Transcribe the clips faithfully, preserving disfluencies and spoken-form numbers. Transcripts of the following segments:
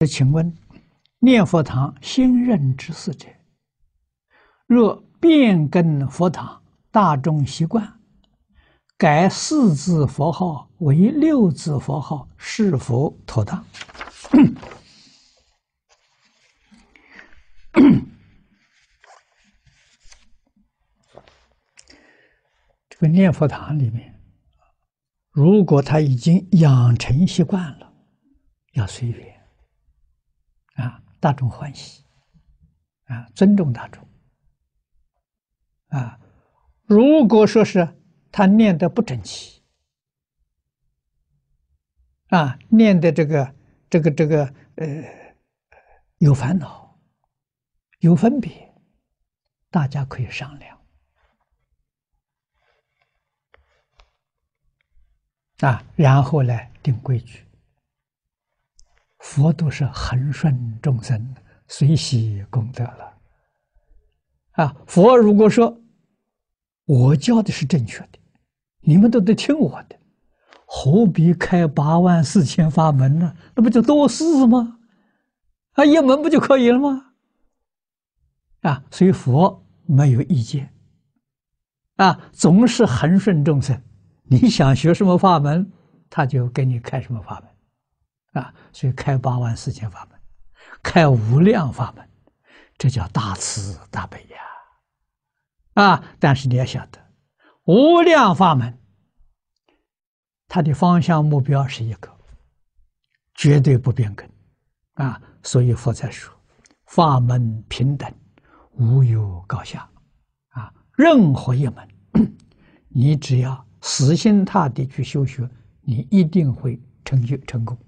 请问，念佛堂新任之事者，若变更佛堂大众习惯，改四字佛号为六字佛号，是否妥当？这个念佛堂里面，如果他已经养成习惯了，要随缘啊，大众欢喜啊，尊重大众啊。如果说是他念得不整齐啊，念的这个这个这个呃有烦恼、有分别，大家可以商量啊，然后来定规矩。佛都是恒顺众生，随喜功德了啊。佛如果说我教的是正确的，你们都得听我的，何必开八万四千法门呢？那不就多事吗？啊，一门不就可以了吗？啊，所以佛没有意见啊，总是恒顺众生。你想学什么法门，他就给你开什么法门。啊，所以开八万四千法门，开无量法门，这叫大慈大悲呀！啊，但是你要晓得，无量法门，它的方向目标是一个，绝对不变更啊！所以佛才说，法门平等，无有高下啊！任何一门，你只要死心塌地去修学，你一定会成就成功。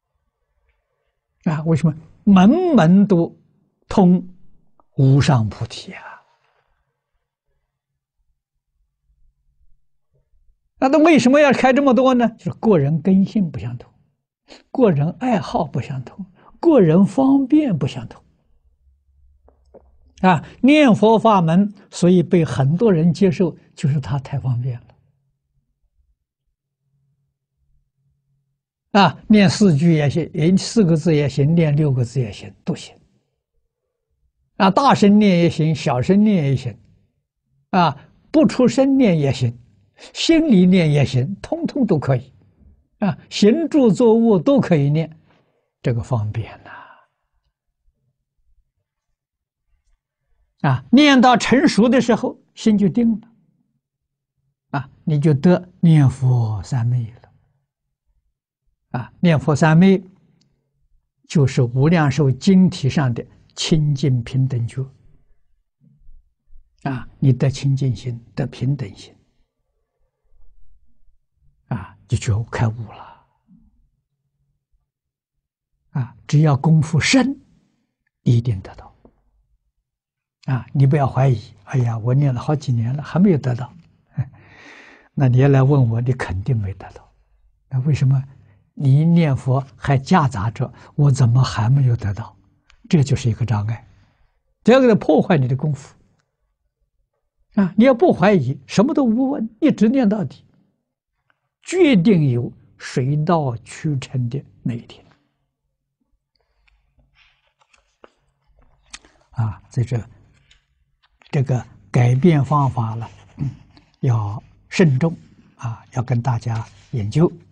啊，为什么门门都通无上菩提啊？那他为什么要开这么多呢？就是个人根性不相同，个人爱好不相同，个人方便不相同。啊，念佛法门，所以被很多人接受，就是它太方便了。啊，念四句也行，念四个字也行，念六个字也行，都行。啊，大声念也行，小声念也行，啊，不出声念也行，心里念也行，通通都可以。啊，行住坐卧都可以念，这个方便呐。啊，念到成熟的时候，心就定了。啊，你就得念佛三昧了。啊，念佛三昧就是无量寿经体上的清净平等觉啊，你得清净心，得平等心啊，就觉悟开悟了啊！只要功夫深，一定得到啊！你不要怀疑，哎呀，我念了好几年了，还没有得到，那你要来问我，你肯定没得到。那为什么？你念佛还夹杂着我怎么还没有得到？这就是一个障碍，这个破坏你的功夫啊！你要不怀疑，什么都不问，一直念到底，决定有水到渠成的那一天啊！在这这个改变方法了，嗯，要慎重啊，要跟大家研究。